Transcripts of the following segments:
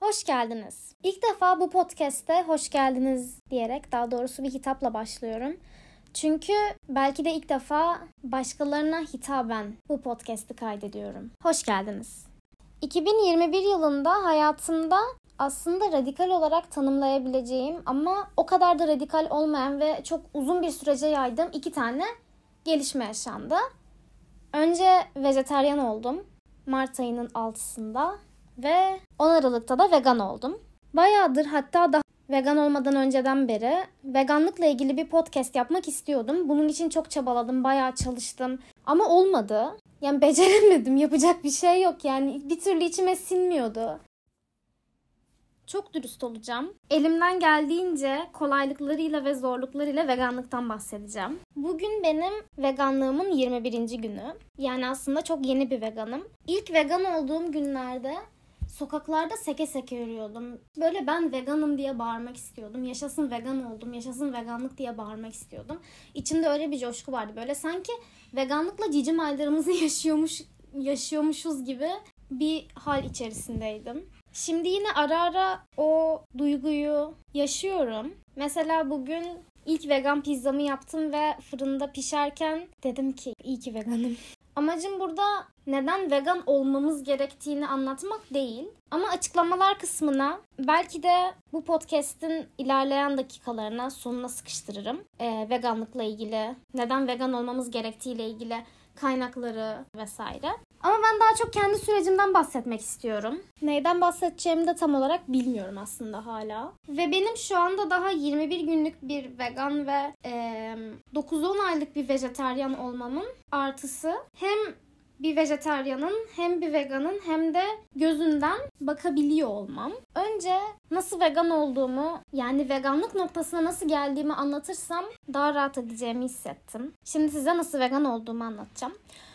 hoş geldiniz. İlk defa bu podcast'te hoş geldiniz diyerek, daha doğrusu bir hitapla başlıyorum. Çünkü belki de ilk defa başkalarına hitaben bu podcast'i kaydediyorum. Hoş geldiniz. 2021 yılında hayatımda aslında radikal olarak tanımlayabileceğim ama o kadar da radikal olmayan ve çok uzun bir sürece yaydığım 2 tane gelişme yaşandı. Önce vejetaryen oldum. Mart ayının 6'sında ve 10 Aralık'ta da vegan oldum. Bayağıdır, hatta daha vegan olmadan önceden beri veganlıkla ilgili bir podcast yapmak istiyordum. Bunun için çok çabaladım, bayağı çalıştım ama olmadı. Yani beceremedim, yapacak bir şey yok yani, bir türlü içime sinmiyordu. Çok dürüst olacağım. Elimden geldiğince kolaylıklarıyla ve zorluklarıyla veganlıktan bahsedeceğim. Bugün benim veganlığımın 21. günü. Yani aslında çok yeni bir veganım. İlk vegan olduğum günlerde sokaklarda seke seke yürüyordum. Böyle ben veganım diye bağırmak istiyordum. Yaşasın vegan oldum, yaşasın veganlık diye bağırmak istiyordum. İçimde öyle bir coşku vardı. Böyle sanki veganlıkla cicim aylarımızı yaşıyormuşuz gibi bir hal içerisindeydim. Şimdi yine ara ara o duyguyu yaşıyorum. Mesela bugün ilk vegan pizzamı yaptım ve fırında pişerken dedim ki iyi ki veganım. Amacım burada neden vegan olmamız gerektiğini anlatmak değil. Ama açıklamalar kısmına belki de bu podcast'in ilerleyen dakikalarına, sonuna sıkıştırırım. Veganlıkla ilgili, neden vegan olmamız gerektiğiyle ilgili kaynakları vesaire. Ama ben daha çok kendi sürecimden bahsetmek istiyorum. Neyden bahsedeceğimi de tam olarak bilmiyorum aslında hala. Ve benim şu anda daha 21 günlük bir vegan ve 9-10 aylık bir vejetaryen olmamın artısı hem bir vejetaryanın hem bir veganın hem de gözünden bakabiliyor olmam. Önce nasıl vegan olduğumu, yani veganlık noktasına nasıl geldiğimi anlatırsam daha rahat edeceğimi hissettim. Şimdi size nasıl vegan olduğumu anlatacağım.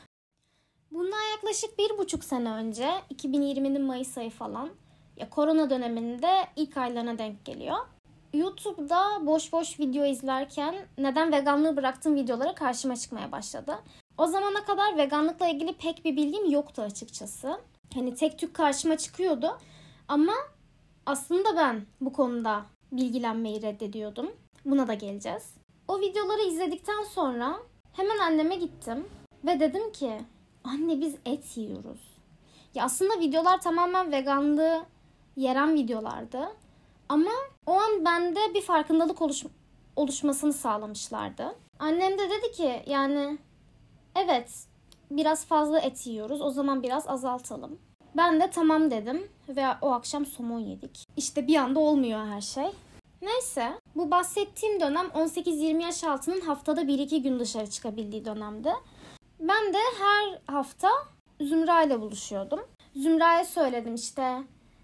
Bundan yaklaşık 1,5 sene önce, 2020'nin Mayıs ayı falan, ya korona döneminde ilk aylarına denk geliyor. YouTube'da boş boş video izlerken neden veganlığı bıraktım videoları karşıma çıkmaya başladı. O zamana kadar veganlıkla ilgili pek bir bilgim yoktu açıkçası. Hani tek tük karşıma çıkıyordu ama aslında ben bu konuda bilgilenmeyi reddediyordum. Buna da geleceğiz. O videoları izledikten sonra hemen anneme gittim ve dedim ki anne biz et yiyoruz. Ya aslında videolar tamamen veganlığı yeren videolardı. Ama o an bende bir farkındalık oluşmasını sağlamışlardı. Annem de dedi ki yani evet biraz fazla et yiyoruz, o zaman biraz azaltalım. Ben de tamam dedim ve o akşam somon yedik. İşte bir anda olmuyor her şey. Neyse, bu bahsettiğim dönem 18-20 yaş altının haftada 1-2 gün dışarı çıkabildiği dönemdi. Ben de her hafta Zümra ile buluşuyordum. Zümra'ya söyledim işte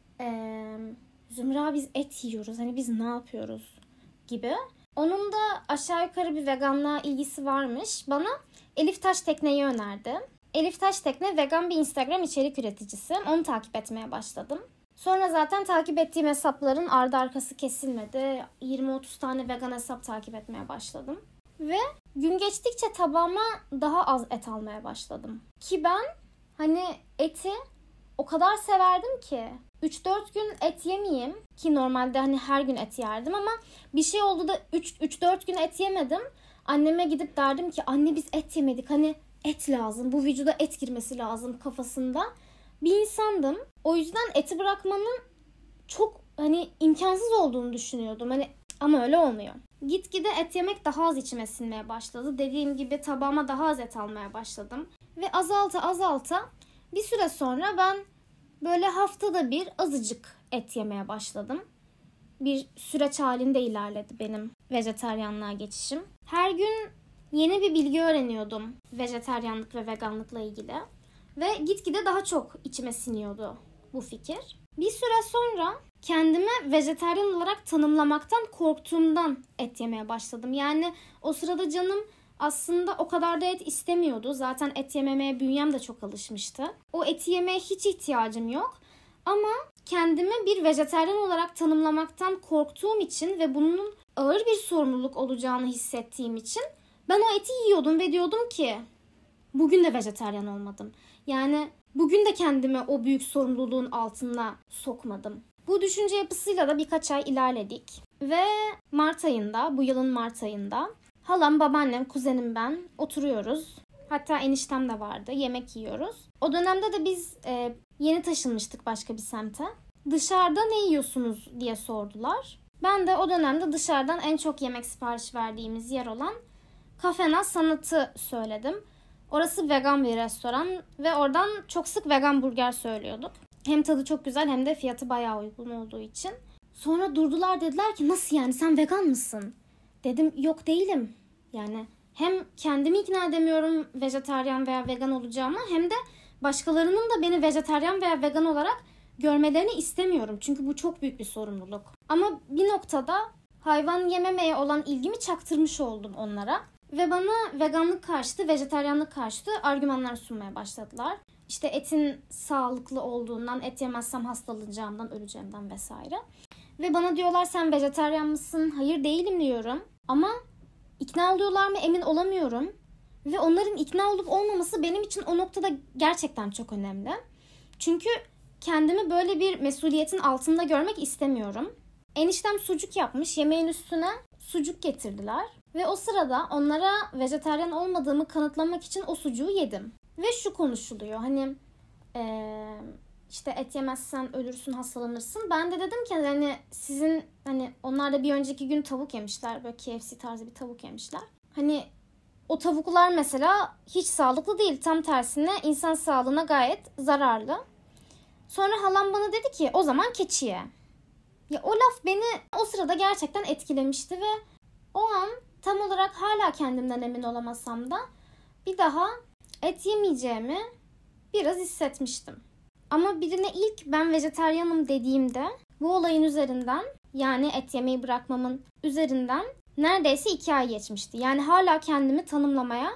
Zümra biz et yiyoruz, hani biz ne yapıyoruz gibi. Onun da aşağı yukarı bir veganlığa ilgisi varmış. Bana Elif Taş Tekne'yi önerdi. Elif Taş Tekne vegan bir Instagram içerik üreticisi. Onu takip etmeye başladım. Sonra zaten takip ettiğim hesapların ardı arkası kesilmedi. 20-30 tane vegan hesap takip etmeye başladım. Ve gün geçtikçe tabağıma daha az et almaya başladım. Ki ben hani eti o kadar severdim ki 3-4 gün et yemeyeyim ki normalde hani her gün et yerdim ama bir şey oldu da 3-4 gün et yemedim. Anneme gidip derdim ki anne biz et yemedik, hani et lazım, bu vücuda et girmesi lazım kafasında bir insandım. O yüzden eti bırakmanın çok hani imkansız olduğunu düşünüyordum. Hani ama öyle olmuyor. Gitgide et yemek daha az içime sinmeye başladı. Dediğim gibi tabağıma daha az et almaya başladım. Ve azalta bir süre sonra ben böyle haftada bir azıcık et yemeye başladım. Bir süreç halinde ilerledi benim vejetaryenliğe geçişim. Her gün yeni bir bilgi öğreniyordum vejetaryenlik ve veganlıkla ilgili. Ve gitgide daha çok içime siniyordu bu fikir. Bir süre sonra kendimi vejetaryen olarak tanımlamaktan korktuğumdan et yemeye başladım. Yani o sırada canım aslında o kadar da et istemiyordu. Zaten et yememeye bünyem de çok alışmıştı. O eti yemeye hiç ihtiyacım yok. Ama kendimi bir vejetaryen olarak tanımlamaktan korktuğum için ve bunun ağır bir sorumluluk olacağını hissettiğim için ben o eti yiyordum ve diyordum ki bugün de vejetaryen olmadım. Yani bugün de kendimi o büyük sorumluluğun altına sokmadım. Bu düşünce yapısıyla da birkaç ay ilerledik. Ve bu yılın Mart ayında halam, babaannem, kuzenim, ben oturuyoruz. Hatta eniştem de vardı. Yemek yiyoruz. O dönemde de biz yeni taşınmıştık başka bir semte. Dışarıda ne yiyorsunuz diye sordular. Ben de o dönemde dışarıdan en çok yemek sipariş verdiğimiz yer olan Cafe Naz Sanat'ı söyledim. Orası vegan bir restoran ve oradan çok sık vegan burger söylüyorduk. Hem tadı çok güzel hem de fiyatı bayağı uygun olduğu için. Sonra durdular, dediler ki nasıl yani, sen vegan mısın? Dedim yok, değilim. Yani hem kendimi ikna edemiyorum vejetaryen veya vegan olacağıma, hem de başkalarının da beni vejetaryen veya vegan olarak görmelerini istemiyorum. Çünkü bu çok büyük bir sorumluluk. Ama bir noktada hayvan yememeye olan ilgimi çaktırmış oldum onlara. Ve bana veganlık karşıtı, vejetaryenlik karşıtı argümanlar sunmaya başladılar. İşte etin sağlıklı olduğundan, et yemezsem hastalanacağımdan, öleceğimden vesaire. Ve bana diyorlar sen vejetaryen mısın? Hayır, değilim diyorum. Ama ikna oluyorlar mı emin olamıyorum. Ve onların ikna olup olmaması benim için o noktada gerçekten çok önemli. Çünkü kendimi böyle bir mesuliyetin altında görmek istemiyorum. Eniştem sucuk yapmış, yemeğin üstüne sucuk getirdiler. Ve o sırada onlara vejetaryen olmadığımı kanıtlamak için o sucuğu yedim. Ve şu konuşuluyor, hani işte et yemezsen ölürsün, hastalanırsın. Ben de dedim ki hani sizin, hani onlar da bir önceki gün tavuk yemişler, böyle KFC tarzı bir tavuk yemişler. Hani o tavuklar mesela hiç sağlıklı değil, tam tersine insan sağlığına gayet zararlı. Sonra halam bana dedi ki o zaman keçi ye. Ya o laf beni o sırada gerçekten etkilemişti ve o an tam olarak hala kendimden emin olamasam da bir daha et yemeyeceğimi biraz hissetmiştim. Ama birine ilk ben vejetaryenim dediğimde bu olayın üzerinden, yani et yemeyi bırakmamın üzerinden neredeyse 2 ay geçmişti. Yani hala kendimi tanımlamaya,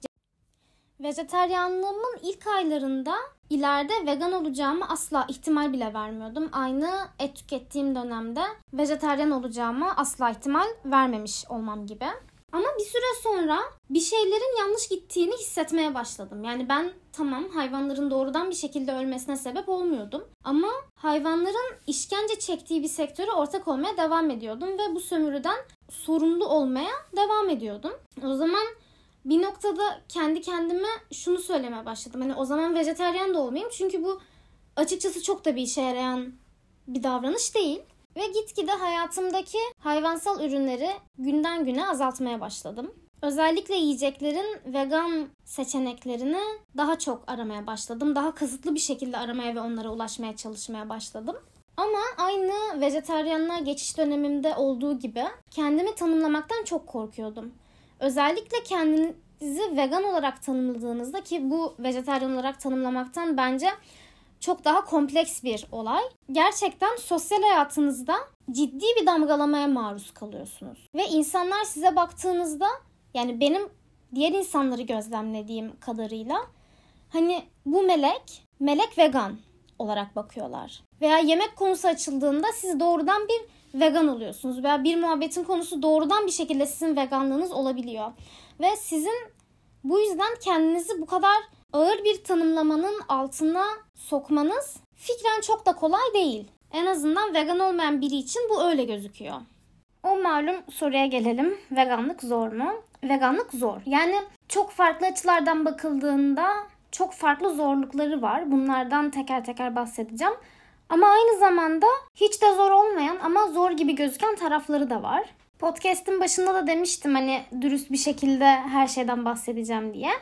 vejetaryenliğimin ilk aylarında ileride vegan olacağımı asla ihtimal bile vermiyordum. Aynı et tükettiğim dönemde vejetaryen olacağıma asla ihtimal vermemiş olmam gibi. Ama bir süre sonra bir şeylerin yanlış gittiğini hissetmeye başladım. Yani ben tamam hayvanların doğrudan bir şekilde ölmesine sebep olmuyordum. Ama hayvanların işkence çektiği bir sektöre ortak olmaya devam ediyordum. Ve bu sömürüden sorumlu olmaya devam ediyordum. O zaman bir noktada kendi kendime şunu söylemeye başladım. Hani o zaman vejetaryen de olmayayım. Çünkü bu açıkçası çok da bir işe yarayan bir davranış değil. Ve gitgide hayatımdaki hayvansal ürünleri günden güne azaltmaya başladım. Özellikle yiyeceklerin vegan seçeneklerini daha çok aramaya başladım. Daha kasıtlı bir şekilde aramaya ve onlara ulaşmaya çalışmaya başladım. Ama aynı vejetaryenliğe geçiş dönemimde olduğu gibi kendimi tanımlamaktan çok korkuyordum. Özellikle kendinizi vegan olarak tanımladığınızda, ki bu vejetaryen olarak tanımlamaktan bence çok daha kompleks bir olay. Gerçekten sosyal hayatınızda ciddi bir damgalamaya maruz kalıyorsunuz. Ve insanlar size baktığınızda, yani benim diğer insanları gözlemlediğim kadarıyla, hani bu melek vegan olarak bakıyorlar. Veya yemek konusu açıldığında siz doğrudan bir vegan oluyorsunuz. Veya bir muhabbetin konusu doğrudan bir şekilde sizin veganlığınız olabiliyor. Ve sizin bu yüzden kendinizi bu kadar ağır bir tanımlamanın altına sokmanız fikren çok da kolay değil. En azından vegan olmayan biri için bu öyle gözüküyor. O malum soruya gelelim. Veganlık zor mu? Veganlık zor. Yani çok farklı açılardan bakıldığında çok farklı zorlukları var. Bunlardan teker teker bahsedeceğim. Ama aynı zamanda hiç de zor olmayan ama zor gibi gözüken tarafları da var. Podcast'ın başında da demiştim hani dürüst bir şekilde her şeyden bahsedeceğim diye.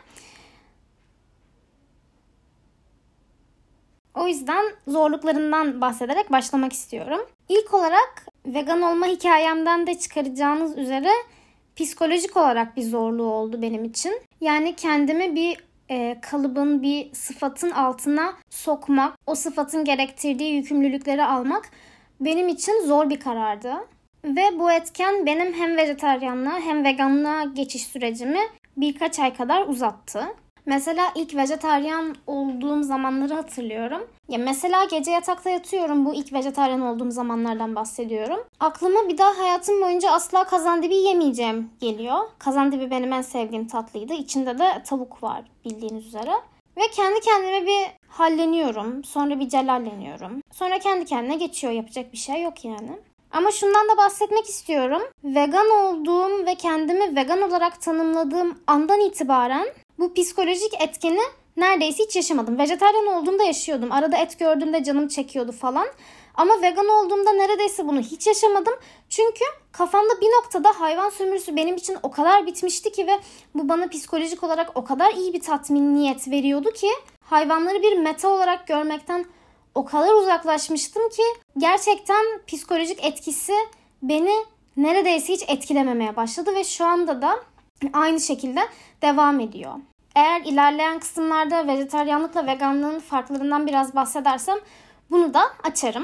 O yüzden zorluklarından bahsederek başlamak istiyorum. İlk olarak vegan olma hikayemden de çıkaracağınız üzere psikolojik olarak bir zorluğu oldu benim için. Yani kendimi bir kalıbın, bir sıfatın altına sokmak, o sıfatın gerektirdiği yükümlülükleri almak benim için zor bir karardı. Ve bu etken benim hem vejetaryenliğe hem veganlığa geçiş sürecimi birkaç ay kadar uzattı. Mesela ilk vejetaryen olduğum zamanları hatırlıyorum. Ya mesela gece yatakta yatıyorum, bu ilk vejetaryen olduğum zamanlardan bahsediyorum. Aklıma bir daha hayatım boyunca asla kazandibi yemeyeceğim geliyor. Kazandibi benim en sevdiğim tatlıydı. İçinde de tavuk var bildiğiniz üzere. Ve kendi kendime bir halleniyorum. Sonra bir celalleniyorum. Sonra kendi kendine geçiyor. Yapacak bir şey yok yani. Ama şundan da bahsetmek istiyorum. Vegan olduğum ve kendimi vegan olarak tanımladığım andan itibaren bu psikolojik etkeni neredeyse hiç yaşamadım. Vejetaryen olduğumda yaşıyordum. Arada et gördüğümde canım çekiyordu falan. Ama vegan olduğumda neredeyse bunu hiç yaşamadım. Çünkü kafamda bir noktada hayvan sömürüsü benim için o kadar bitmişti ki ve bu bana psikolojik olarak o kadar iyi bir tatminiyet veriyordu ki hayvanları bir meta olarak görmekten o kadar uzaklaşmıştım ki gerçekten psikolojik etkisi beni neredeyse hiç etkilememeye başladı ve şu anda da aynı şekilde devam ediyor. Eğer ilerleyen kısımlarda vejetaryenlikle veganlığın farklarından biraz bahsedersem bunu da açarım.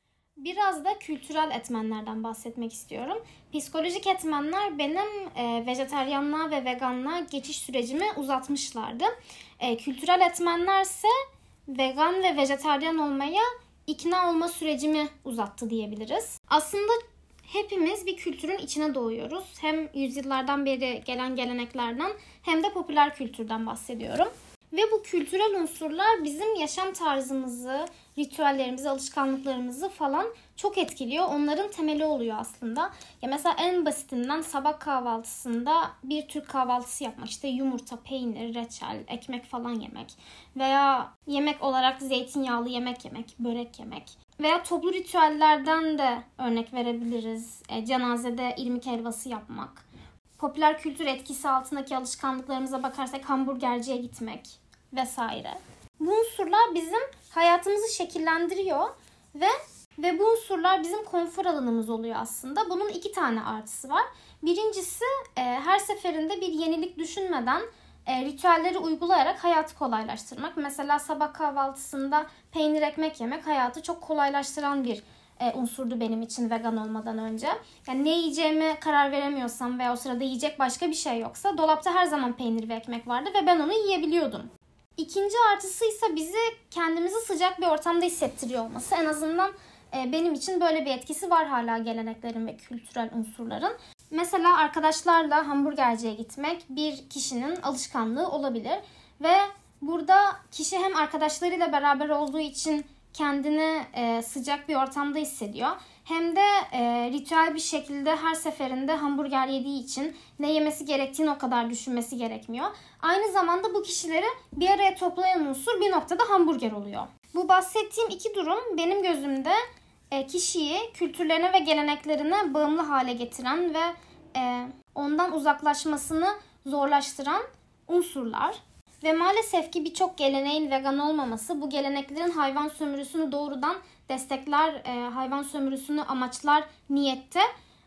Biraz da kültürel etmenlerden bahsetmek istiyorum. Psikolojik etmenler benim vejetaryenliğe ve veganlığa geçiş sürecimi uzatmışlardı. Kültürel etmenler ise vegan ve vejetaryen olmaya ikna olma sürecimi uzattı diyebiliriz. Aslında hepimiz bir kültürün içine doğuyoruz. Hem yüzyıllardan beri gelen geleneklerden hem de popüler kültürden bahsediyorum. Ve bu kültürel unsurlar bizim yaşam tarzımızı, ritüellerimizi, alışkanlıklarımızı falan çok etkiliyor. Onların temeli oluyor aslında. Ya mesela en basitinden sabah kahvaltısında bir Türk kahvaltısı yapmak. İşte yumurta, peynir, reçel, ekmek falan yemek. Veya yemek olarak zeytinyağlı yemek yemek, börek yemek. Veya toplu ritüellerden de örnek verebiliriz. Cenazede irmik helvası yapmak. Popüler kültür etkisi altındaki alışkanlıklarımıza bakarsak hamburgerciye gitmek vesaire. Bu unsurlar bizim hayatımızı şekillendiriyor ve bu unsurlar bizim konfor alanımız oluyor aslında. Bunun 2 tane artısı var. Birincisi her seferinde bir yenilik düşünmeden ritüelleri uygulayarak hayatı kolaylaştırmak. Mesela sabah kahvaltısında peynir ekmek yemek hayatı çok kolaylaştıran bir unsurdu benim için vegan olmadan önce. Yani ne yiyeceğime karar veremiyorsam veya o sırada yiyecek başka bir şey yoksa dolapta her zaman peynir ve ekmek vardı ve ben onu yiyebiliyordum. İkinci artısı ise bizi kendimizi sıcak bir ortamda hissettiriyor olması. En azından benim için böyle bir etkisi var hala geleneklerin ve kültürel unsurların. Mesela arkadaşlarla hamburgerciye gitmek bir kişinin alışkanlığı olabilir. Ve burada kişi hem arkadaşlarıyla beraber olduğu için kendini sıcak bir ortamda hissediyor. Hem de ritüel bir şekilde her seferinde hamburger yediği için ne yemesi gerektiğini o kadar düşünmesi gerekmiyor. Aynı zamanda bu kişileri bir araya toplayan unsur bir noktada hamburger oluyor. Bu bahsettiğim 2 durum benim gözümde kişiyi kültürlerine ve geleneklerine bağımlı hale getiren ve ondan uzaklaşmasını zorlaştıran unsurlar. Ve maalesef ki birçok geleneğin vegan olmaması bu geleneklerin hayvan sömürüsünü doğrudan destekler, hayvan sömürüsünü amaçlar niyette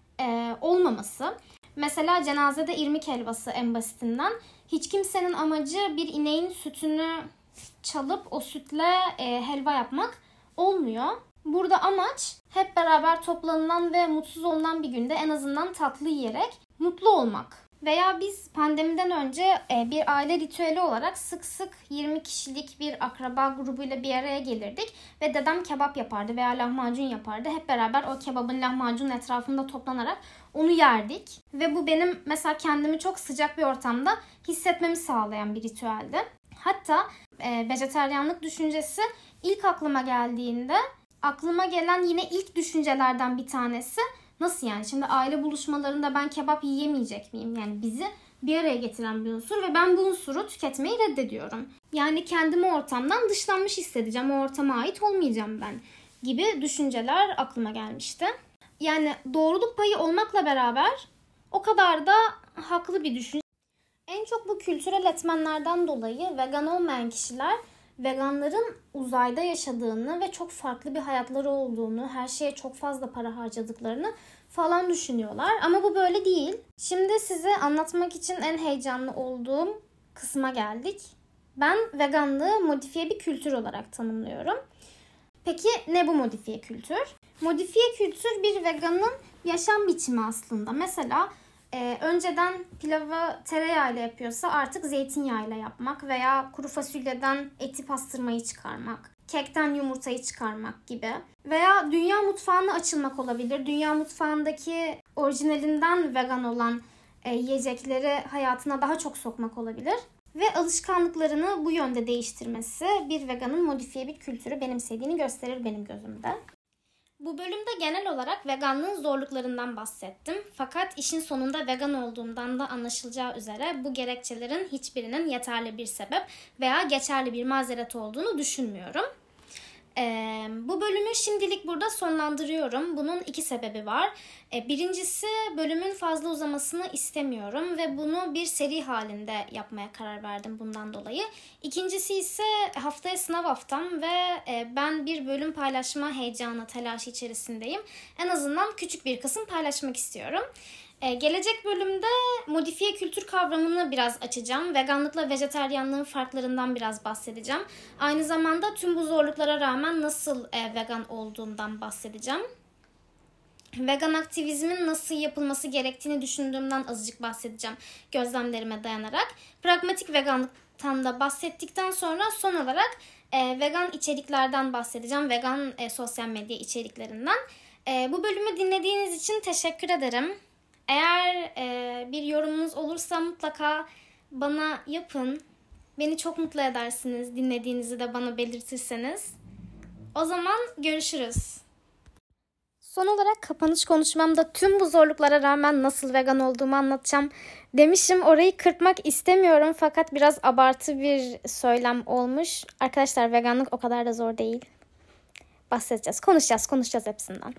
olmaması. Mesela cenazede irmik helvası en basitinden. Hiç kimsenin amacı bir ineğin sütünü çalıp o sütle helva yapmak olmuyor. Burada amaç hep beraber toplanılan ve mutsuz olunan bir günde en azından tatlı yiyerek mutlu olmak. Veya biz pandemiden önce bir aile ritüeli olarak sık sık 20 kişilik bir akraba grubuyla bir araya gelirdik. Ve dedem kebap yapardı veya lahmacun yapardı. Hep beraber o kebabın lahmacunun etrafında toplanarak onu yerdik. Ve bu benim mesela kendimi çok sıcak bir ortamda hissetmemi sağlayan bir ritüeldi. Hatta vejetaryenlik düşüncesi ilk aklıma geldiğinde aklıma gelen yine ilk düşüncelerden bir tanesi nasıl yani? Şimdi aile buluşmalarında ben kebap yiyemeyecek miyim? Yani bizi bir araya getiren bir unsur ve ben bu unsuru tüketmeyi reddediyorum. Yani kendimi ortamdan dışlanmış hissedeceğim. O ortama ait olmayacağım ben gibi düşünceler aklıma gelmişti. Yani doğruluk payı olmakla beraber o kadar da haklı bir düşünce. En çok bu kültürel etmenlerden dolayı vegan olmayan kişiler veganların uzayda yaşadığını ve çok farklı bir hayatları olduğunu, her şeye çok fazla para harcadıklarını falan düşünüyorlar. Ama bu böyle değil. Şimdi size anlatmak için en heyecanlı olduğum kısma geldik. Ben veganlığı modifiye bir kültür olarak tanımlıyorum. Peki ne bu modifiye kültür? Modifiye kültür bir veganın yaşam biçimi aslında. Mesela önceden pilavı tereyağıyla yapıyorsa artık zeytinyağıyla yapmak veya kuru fasulyeden eti pastırmayı çıkarmak, kekten yumurtayı çıkarmak gibi. Veya dünya mutfağına açılmak olabilir. Dünya mutfağındaki orijinalinden vegan olan yiyecekleri hayatına daha çok sokmak olabilir. ve alışkanlıklarını bu yönde değiştirmesi bir veganın modifiye bir kültürü benimsediğini gösterir benim gözümde. Bu bölümde genel olarak veganlığın zorluklarından bahsettim. Fakat işin sonunda vegan olduğumdan da anlaşılacağı üzere bu gerekçelerin hiçbirinin yeterli bir sebep veya geçerli bir mazeret olduğunu düşünmüyorum. Bu bölümü şimdilik burada sonlandırıyorum. Bunun 2 sebebi var. Birincisi, bölümün fazla uzamasını istemiyorum ve bunu bir seri halinde yapmaya karar verdim bundan dolayı. İkincisi ise haftaya sınav haftam ve ben bir bölüm paylaşma heyecanı, telaşı içerisindeyim. En azından küçük bir kısım paylaşmak istiyorum. Gelecek bölümde modifiye kültür kavramını biraz açacağım. Veganlıkla vejetaryenliğin farklarından biraz bahsedeceğim. Aynı zamanda tüm bu zorluklara rağmen nasıl vegan olduğumdan bahsedeceğim. Vegan aktivizmin nasıl yapılması gerektiğini düşündüğümden azıcık bahsedeceğim gözlemlerime dayanarak. Pragmatik veganlıktan da bahsettikten sonra son olarak vegan içeriklerden bahsedeceğim. Vegan sosyal medya içeriklerinden. Bu bölümü dinlediğiniz için teşekkür ederim. Eğer bir yorumunuz olursa mutlaka bana yapın. Beni çok mutlu edersiniz dinlediğinizi de bana belirtirseniz. O zaman görüşürüz. Son olarak kapanış konuşmamda tüm bu zorluklara rağmen nasıl vegan olduğumu anlatacağım demişim. Orayı kırpmak istemiyorum fakat biraz abartı bir söylem olmuş. Arkadaşlar, veganlık o kadar da zor değil. Bahsedeceğiz, konuşacağız hepsinden.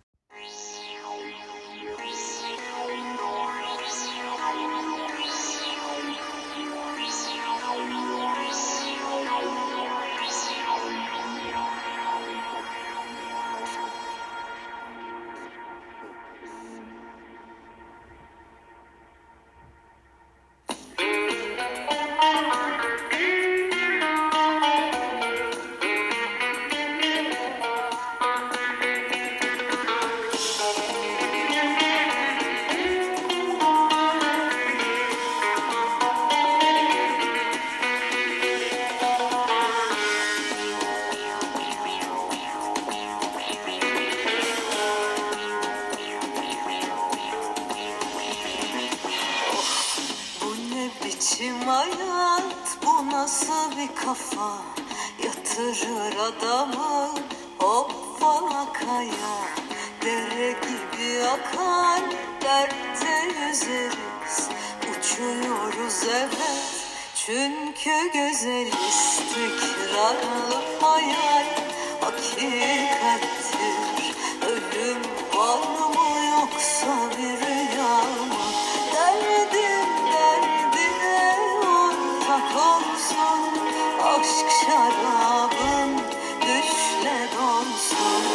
Hayat bu nasıl bir kafa, yatırır adamı hoppalakaya. Dere gibi akar, dertte yüzeriz, uçuyoruz evet çünkü güzel. İstikrarlı hayal hakikattir. Ölüm var mı yoksa bir rüya mı? Derdim derdine ortak olsun, aşk şarabın düşle dolsun.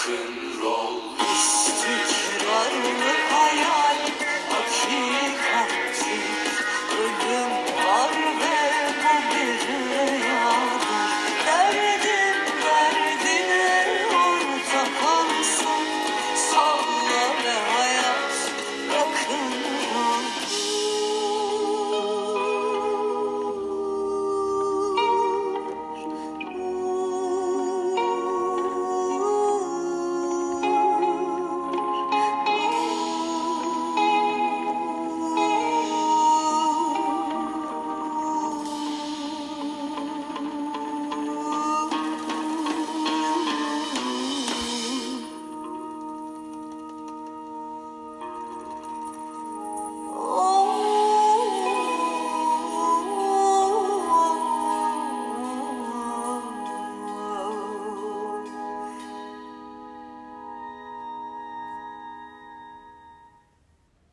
rock'n'roll. İstikrarlı